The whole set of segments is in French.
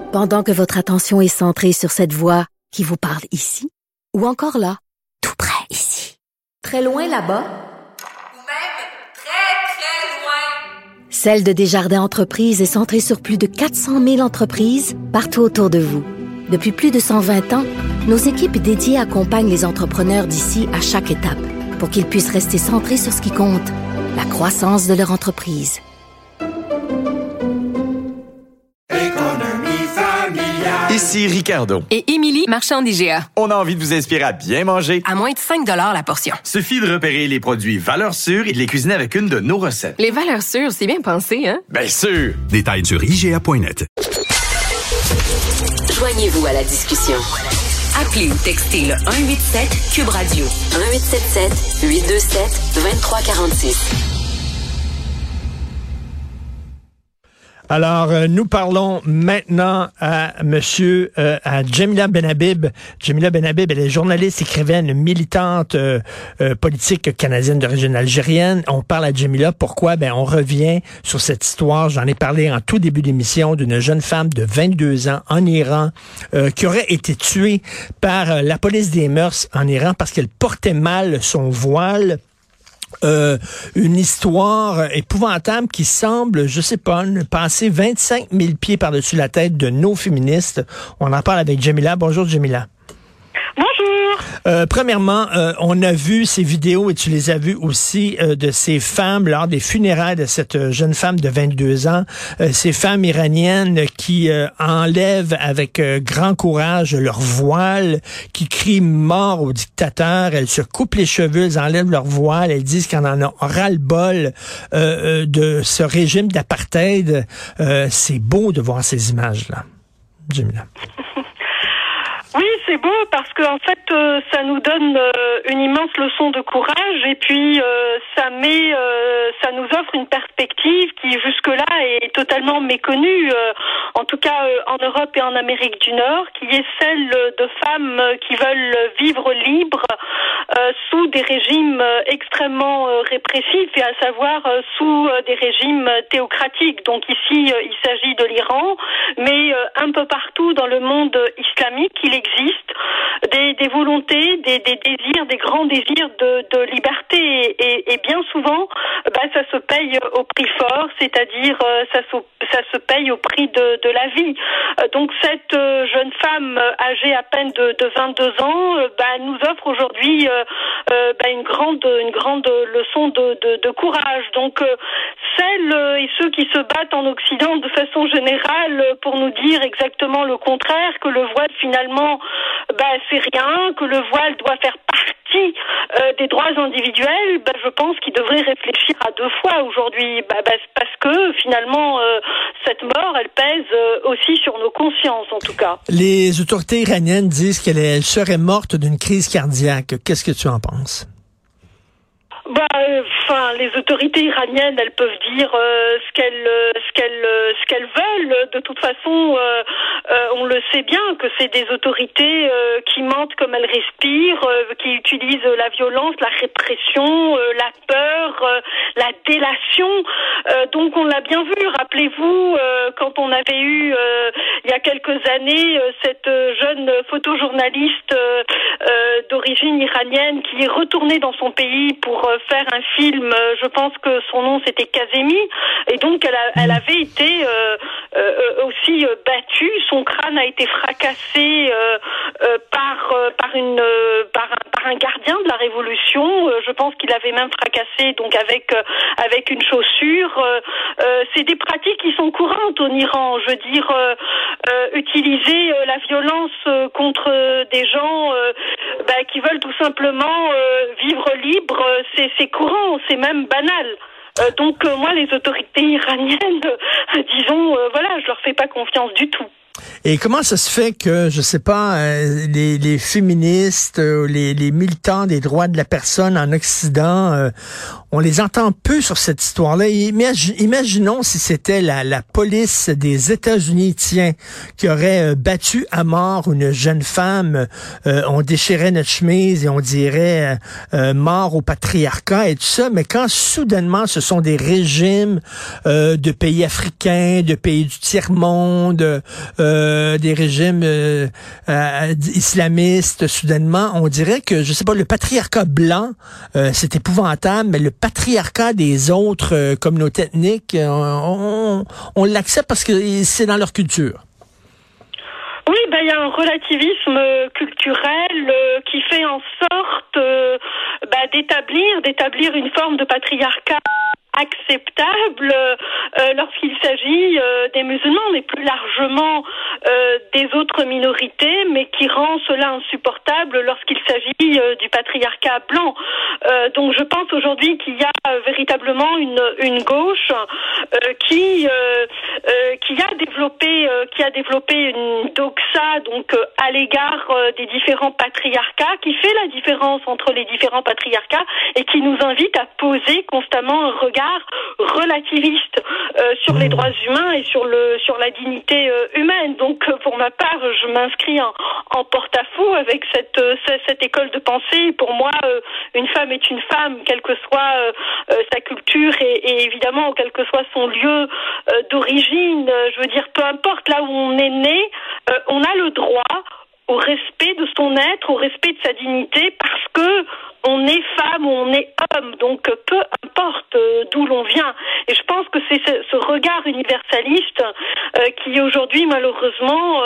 Pendant que votre attention est centrée sur cette voix qui vous parle ici, ou encore là, tout près ici, très loin là-bas, ou même très, très loin. Celle de Desjardins Entreprises est centrée sur plus de 400 000 entreprises partout autour de vous. Depuis plus de 120 ans, nos équipes dédiées accompagnent les entrepreneurs d'ici à chaque étape pour qu'ils puissent rester centrés sur ce qui compte, la croissance de leur entreprise. Ici Ricardo. Et Émilie, marchand d'IGA. On a envie de vous inspirer à bien manger. À moins de 5 $ la portion. Suffit de repérer les produits valeurs sûres et de les cuisiner avec une de nos recettes. Les valeurs sûres, c'est bien pensé, hein? Bien sûr! Détails sur IGA.net. Joignez-vous à la discussion. Appelez ou textez le 187 Cube Radio. 1877 827 2346. Alors, nous parlons maintenant à à Jamila Benhabib. Jamila Benhabib, elle est journaliste, écrivaine, militante politique canadienne d'origine algérienne. On parle à Jamila. Pourquoi? On revient sur cette histoire. J'en ai parlé en tout début d'émission d'une jeune femme de 22 ans en Iran qui aurait été tuée par la police des mœurs en Iran parce qu'elle portait mal son voile. Une histoire épouvantable qui semble, je sais pas, passer 25 000 pieds par-dessus la tête de nos féministes. On en parle avec Jamila. Bonjour, Jamila. Bonjour. Premièrement, on a vu ces vidéos, et tu les as vues aussi, de ces femmes lors des funérailles de cette jeune femme de 22 ans, ces femmes iraniennes qui enlèvent avec grand courage leur voile, qui crient mort au dictateur, elles se coupent les cheveux, elles enlèvent leur voile, elles disent qu'on en a ras-le-bol de ce régime d'apartheid. C'est beau de voir ces images-là. Jamila. Oui, c'est beau parce que en fait, ça nous donne une immense leçon de courage et puis ça nous offre une perspective qui jusque-là est totalement méconnue, en tout cas en Europe et en Amérique du Nord, qui est celle de femmes qui veulent vivre libres sous des régimes extrêmement répressifs, et à savoir sous des régimes théocratiques. Donc ici, il s'agit de l'Iran, mais un peu partout dans le monde islamique, il existe des volontés, des désirs, des grands désirs de liberté, et bien souvent, ça se paye au prix fort, c'est-à-dire ça se paye au prix de la vie. Donc cette jeune femme âgée à peine de 22 ans, nous offre aujourd'hui une grande leçon de courage. Donc celles et ceux qui se battent en Occident de façon générale pour nous dire exactement le contraire, que le voile finalement c'est rien, que le voile doit faire partie des droits individuels, je pense qu'ils devraient réfléchir à deux fois aujourd'hui, parce que finalement cette mort, elle pèse aussi sur nos consciences en tout cas. Les autorités iraniennes disent qu'elle serait morte d'une crise cardiaque. Qu'est-ce que tu en penses? Les autorités iraniennes, elles peuvent dire ce qu'elles veulent. De toute façon, on le sait bien que c'est des autorités qui mentent comme elles respirent, qui utilisent la violence, la répression, la peur, la délation. Donc on l'a bien vu. Rappelez-vous quand on avait eu il y a quelques années cette jeune photojournaliste d'origine iranienne qui est retournée dans son pays pour faire un film, je pense que son nom c'était Kazemi, et donc elle avait été aussi battue, son crâne a été fracassé par un gardien de la Révolution, je pense qu'il avait même fracassé donc avec une chaussure. C'est des pratiques qui sont courantes en Iran, je veux dire, utiliser la violence contre des gens qui veulent tout simplement vivre libre, c'est courant, c'est même banal. Donc moi, les autorités iraniennes, disons, je leur fais pas confiance du tout. Et comment ça se fait que, je sais pas, les féministes, les militants des droits de la personne en Occident on les entend peu sur cette histoire-là. Imaginons si c'était la police des États-Unis, qui aurait battu à mort une jeune femme. On déchirait notre chemise et on dirait mort au patriarcat et tout ça. Mais quand soudainement ce sont des régimes de pays africains, de pays du tiers-monde, des régimes islamistes, soudainement, on dirait que, je sais pas, le patriarcat blanc, c'est épouvantable, mais le patriarcat des autres communautés ethniques, on l'accepte parce que c'est dans leur culture. Oui, il y a un relativisme culturel qui fait en sorte d'établir une forme de patriarcat acceptable lorsqu'il s'agit des musulmans, mais plus largement des autres minorités, mais qui rend cela insupportable lorsqu'il s'agit du patriarcat blanc. Donc je pense aujourd'hui qu'il y a véritablement une gauche qui a développé une doxa donc à l'égard des différents patriarcats, qui fait la différence entre les différents patriarcats et qui nous invite à poser constamment un regard relativiste sur les droits humains et sur la dignité humaine. Donc pour ma part, je m'inscris en porte-à-faux avec cette école de pensée. Pour moi, une femme est une femme, quelle que soit sa culture et évidemment quel que soit son lieu d'origine. Je veux dire, peu importe là où on est né, on a le droit au respect de son être, au respect de sa dignité, parce que on est femme ou on est homme, donc peu importe d'où l'on vient. Et je pense que c'est ce regard universaliste qui aujourd'hui malheureusement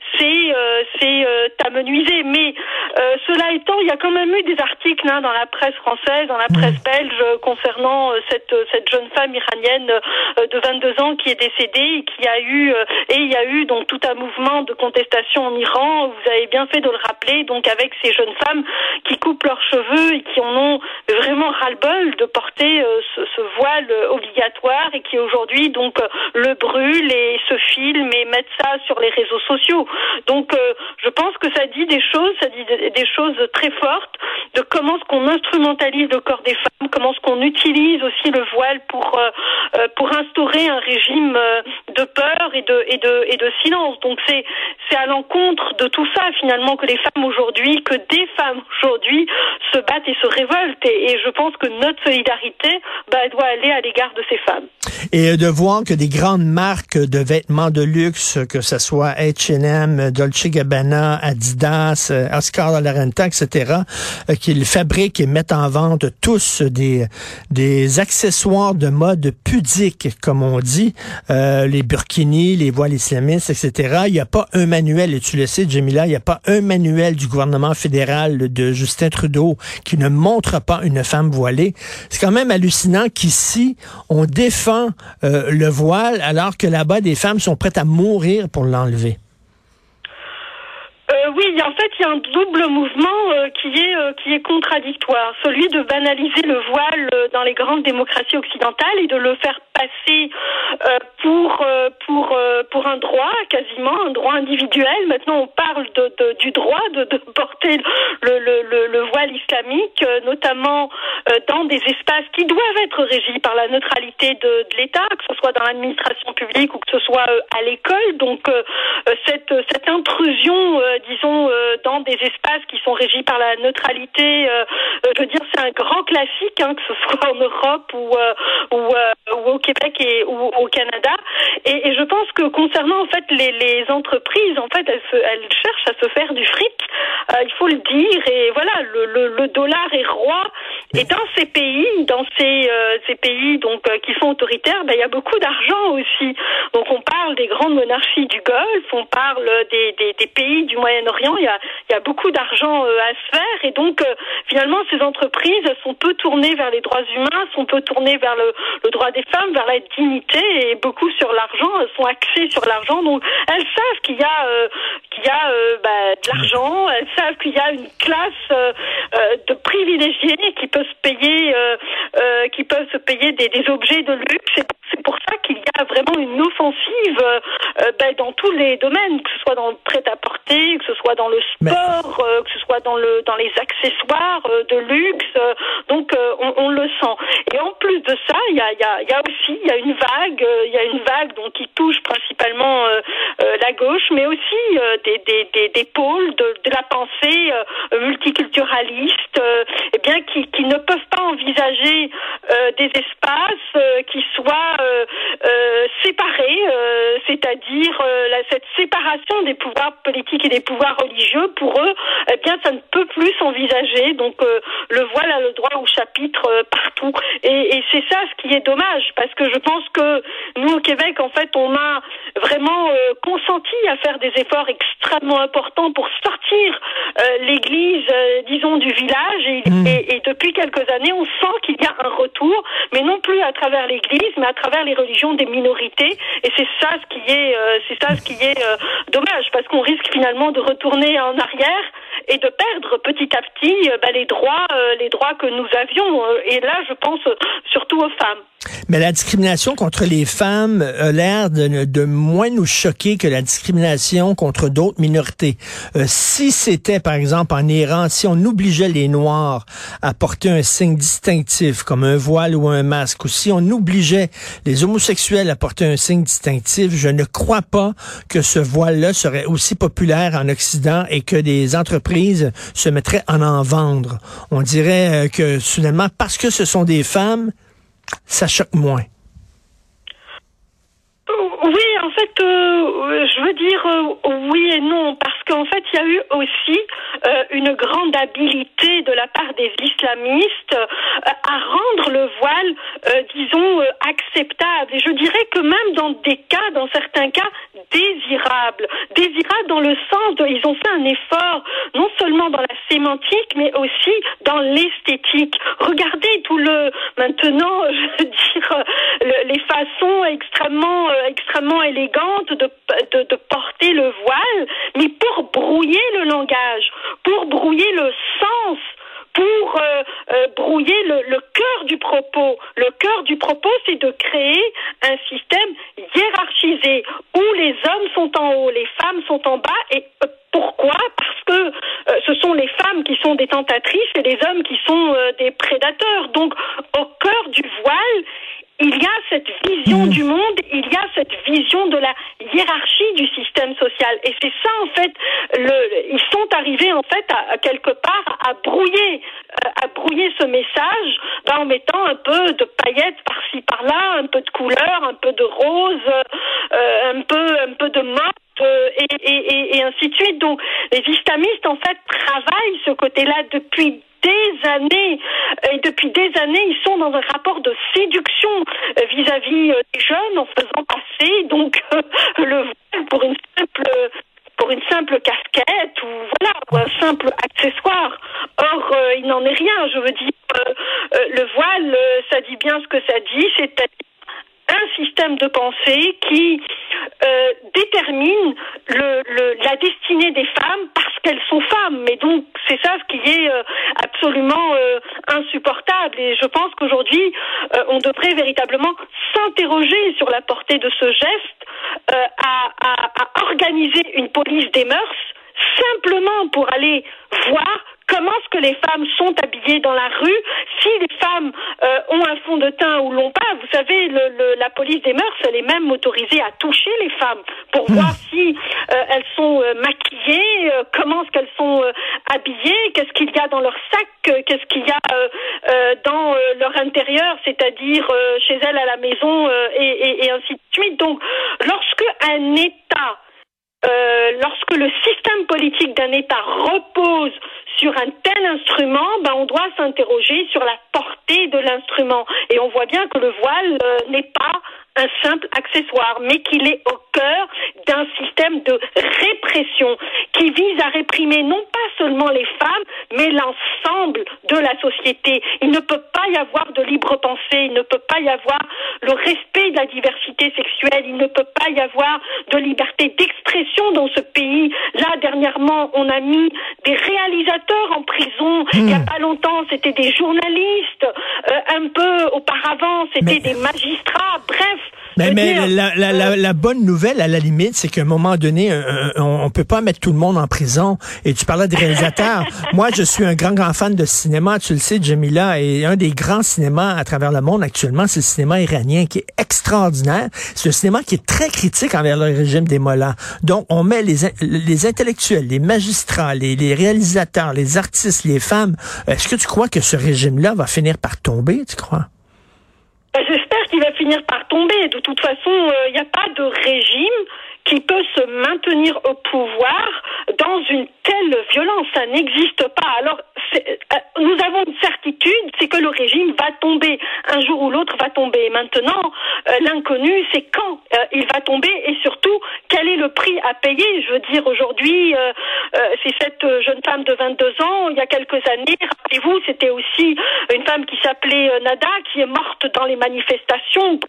c'est amenuisé. Mais cela étant, il y a quand même eu des articles dans la presse française, dans la presse belge concernant cette jeune femme iranienne de 22 ans qui est décédée et il y a eu donc tout un mouvement de contestation en Iran. Vous avez bien fait de le rappeler, donc avec ces jeunes femmes qui coupent leurs cheveux et qui en ont vraiment ras-le-bol de porter ce voile obligatoire et qui aujourd'hui donc le brûlent et se filment et mettent ça sur les réseaux sociaux. Donc je pense que ça dit des choses très fortes de comment est-ce qu'on instrumentalise le corps des femmes, comment est-ce qu'on utilise aussi le voile pour instaurer un régime de peur et de silence. Donc c'est à l'encontre de tout ça finalement que des femmes aujourd'hui se battent et se révoltent. Et je pense que notre solidarité doit aller à l'égard de ces femmes. Et de voir que des grandes marques de vêtements de luxe, que ce soit H&M, Dolce & Gabbana, Adidas, Oscar de la Renta, etc., qu'ils fabriquent et mettent en vente tous des accessoires de mode pudique, comme on dit, les burkinis, les voiles islamistes, etc. Il n'y a pas un manuel, et tu le sais, Jamila, il n'y a pas un manuel du gouvernement fédéral de Justin Trudeau qui ne montre pas une femme voilée. C'est quand même hallucinant qu'ici, on défend le voile alors que là-bas, des femmes sont prêtes à mourir pour l'enlever. Oui, en fait, il y a un double mouvement qui est contradictoire. Celui de banaliser le voile dans les grandes démocraties occidentales et de le faire passer pour un droit, quasiment un droit individuel. Maintenant, on parle du droit de porter le voile islamique, notamment dans des espaces qui doivent être régis par la neutralité de l'État, que ce soit dans l'administration publique ou que ce soit à l'école. Donc, cette intrusion, disons, dans des espaces qui sont régis par la neutralité, je veux dire, c'est un grand classique, que ce soit en Europe ou au Québec ou au Canada. Et je pense que concernant en fait les entreprises, en fait, elles cherchent à se faire du fric. Il faut le dire. Et voilà, le dollar est roi. Et dans ces pays, donc qui sont autoritaires, il y a beaucoup d'argent aussi. Donc on parle des grandes monarchies du Golfe, on parle des pays du Moyen-Orient. Il y a beaucoup d'argent à se faire. Et donc finalement, ces entreprises sont peu tournées vers les droits humains, sont peu tournées vers le droit des femmes, vers la dignité et beaucoup sur l'argent. Elles sont axées sur l'argent. Donc elles savent qu'il y qu'il y a de l'argent, elles savent qu'il y a une classe de privilégiés qui peuvent se payer des objets de luxe. C'est pour ça qu'il y a vraiment une offensive dans tous les domaines, que ce soit dans le prêt-à-porter, que ce soit dans le sport, que ce soit dans les accessoires de luxe. Donc on le sent. Et en plus de ça, il y a une vague donc qui touche principalement la gauche, mais aussi des pôles de la pensée multiculturaliste, qui ne peuvent pas envisager des espaces qui soient séparés, c'est-à-dire cette séparation des pouvoirs politiques et des pouvoirs religieux. Pour eux, ça ne peut plus s'envisager. Donc le voile a le droit au chapitre partout. Et c'est ça ce qui est dommage, parce que je pense que nous au Québec, en fait, on a vraiment consenti à faire des efforts extrêmement importants pour sortir l'Église, disons, du village. Et depuis quelques années, on sent qu'il y a un retour, mais non plus à travers l'Église, mais à travers les religions des minorités. Et c'est ça ce qui est dommage, parce qu'on risque finalement de retourner en arrière et de perdre petit à petit les droits que nous avions. Et là, je pense surtout aux femmes. Mais la discrimination contre les femmes a l'air de moins nous choquer que la discrimination contre d'autres minorités. Si c'était, par exemple, en Iran, si on obligeait les Noirs à porter un signe distinctif, comme un voile ou un masque, ou si on obligeait les homosexuels à porter un signe distinctif, je ne crois pas que ce voile-là serait aussi populaire en Occident et que des entreprises se mettraient à en vendre. On dirait que, soudainement, parce que ce sont des femmes, ça choque moins. Oui, en fait, je veux dire oui et non, parce qu'en fait, il y a eu aussi une grande habileté de la part des islamistes à rendre le voile, disons, acceptable. Et je dirais que même dans certains cas, désirable dans le sens ils ont fait un effort, non seulement dans la sémantique, mais aussi dans l'esthétique. Regardez maintenant, je veux dire, les façons extrêmement élégantes de porter le voile, mais pour brouiller le langage, pour brouiller le sens, pour brouiller le cœur du propos. Le cœur du propos, c'est de créer un système hiérarchisé où les hommes sont en haut, les femmes sont en bas. Et pourquoi ? Parce que ce sont les femmes qui sont des tentatrices et les hommes qui sont des prédateurs. Donc, au cœur du voile, il y a cette vision du monde, il y a cette vision de la hiérarchie du système social. Et c'est ça, en fait, ils sont arrivés, en fait, à quelque part, à brouiller ce message, en mettant un peu de paillettes par-ci, par-là, un peu de couleur, un peu de rose, un peu de mode, et ainsi de suite. Donc, les islamistes, en fait, travaillent ce côté-là depuis des années, et depuis des années, ils sont dans un rapport de séduction vis-à-vis des jeunes, en faisant passer donc le voile pour une simple casquette ou un simple accessoire. Or, il n'en est rien. Je veux dire, le voile, ça dit bien ce que ça dit, c'est-à-dire un système de pensée qui détermine la destinée des femmes parce qu'elles sont femmes. Mais donc, c'est ça ce qui est absolument insupportable. Et je pense qu'aujourd'hui, on devrait véritablement s'interroger sur la portée de ce geste, à organiser une police des mœurs, simplement pour aller voir comment est-ce que les femmes sont habillées dans la rue, si les femmes ont un fond de teint ou l'ont pas. Vous savez, la police des mœurs, elle est même autorisée à toucher les femmes pour voir si elles sont maquillées, comment est-ce qu'elles sont habillées, qu'est-ce qu'il y a dans leur sac, qu'est-ce qu'il y a dans leur intérieur, c'est-à-dire chez elles à la maison, et ainsi de suite. Donc, lorsque un État lorsque le système politique d'un État repose sur un tel instrument, on doit s'interroger sur la portée de l'instrument. Et on voit bien que le voile n'est pas un simple accessoire, mais qu'il est au cœur d'un système de répression qui vise à réprimer non pas seulement les femmes, mais l'ensemble de la société. Il ne peut pas y avoir de libre pensée, il ne peut pas y avoir le respect de la diversité sexuelle, il ne peut pas y avoir de liberté d'expression dans ce pays. Là, dernièrement, on a mis des réalisateurs en prison. Il n'y a pas longtemps, c'était des journalistes. Un peu auparavant, c'était des magistrats. Bref. Mais la bonne nouvelle, à la limite, c'est qu'à un moment donné, on peut pas mettre tout le monde en prison. Et tu parlais des réalisateurs. Moi, je suis un grand fan de cinéma. Tu le sais, Jamila, et un des grands cinémas à travers le monde actuellement, c'est le cinéma iranien, qui est extraordinaire. C'est un cinéma qui est très critique envers le régime des mollahs. Donc, on met les intellectuels, les magistrats, les réalisateurs, les artistes, les femmes. Est-ce que tu crois que ce régime-là va finir par tomber, tu crois? J'espère qu'il va finir par tomber. De toute façon, il n'y a pas de régime qui peut se maintenir au pouvoir dans une telle violence. Ça n'existe pas. Alors, nous avons une certitude, c'est que le régime va tomber. Un jour ou l'autre va tomber. Maintenant, l'inconnu, c'est quand il va tomber et surtout, quel est le prix à payer. Je veux dire, aujourd'hui, c'est cette jeune femme de 22 ans, il y a quelques années, rappelez-vous, c'était aussi une femme qui s'appelait Nada, qui est morte dans les manifestations.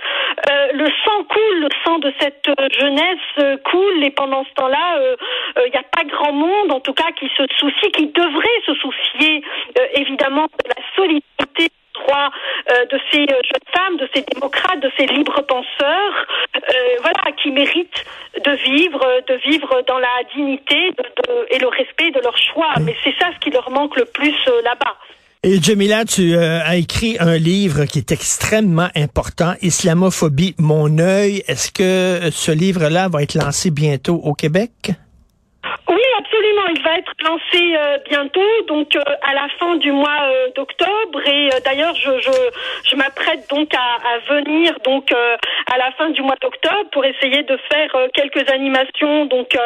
Le sang coule, le sang de cette jeunesse coule, et pendant ce temps-là, il n'y a pas grand monde, en tout cas, qui se soucie, qui devrait se soucier, évidemment, de la solidarité droit de ces jeunes femmes, de ces démocrates, de ces libres penseurs, voilà, qui méritent de vivre dans la dignité et le respect de leur choix. Mais c'est ça ce qui leur manque le plus là-bas. Et Jamila, tu as écrit un livre qui est extrêmement important, Islamophobie, mon œil. Est-ce que ce livre-là va être lancé bientôt au Québec? Oui, absolument. Il va être lancé bientôt, donc à la fin du mois d'octobre. Et d'ailleurs, je m'apprête donc à venir donc à la fin du mois d'octobre pour essayer de faire quelques animations donc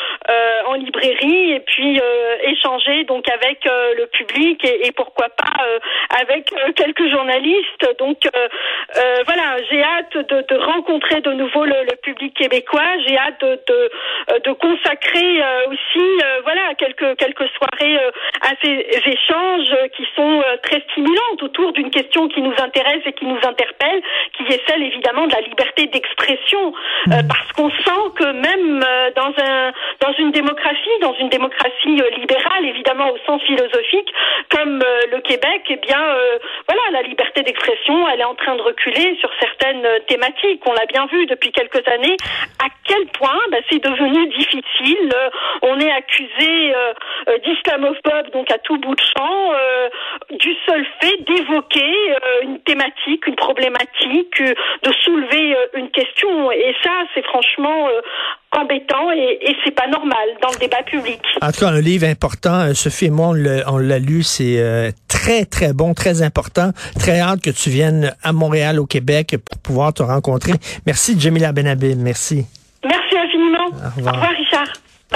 en librairie et puis échanger donc avec le public et pourquoi pas avec quelques journalistes. Donc voilà, j'ai hâte de rencontrer de nouveau le public québécois. J'ai hâte de consacrer aussi voilà quelques soirées à ces échanges qui sont très stimulantes autour d'une question qui nous intéresse et qui nous interpelle, qui est celle évidemment de la liberté d'expression, parce qu'on sent que même dans une démocratie libérale, évidemment au sens philosophique, comme le Québec, eh bien voilà, la liberté d'expression, elle est en train de reculer sur certaines thématiques. On l'a bien vu depuis quelques années à quel point c'est devenu difficile. On est accusé d'islamophobe donc à tout bout de champ du seul fait d'évoquer une thématique, une problématique, de soulever une question. Et ça, c'est franchement embêtant et c'est pas normal dans le débat public. En tout cas, un livre important. Sophie et moi, on l'a lu. C'est très, très bon, très important. Très hâte que tu viennes à Montréal, au Québec, pour pouvoir te rencontrer. Merci, Jamila Benhabib. Merci. Merci infiniment. Au revoir. Au revoir, Richard.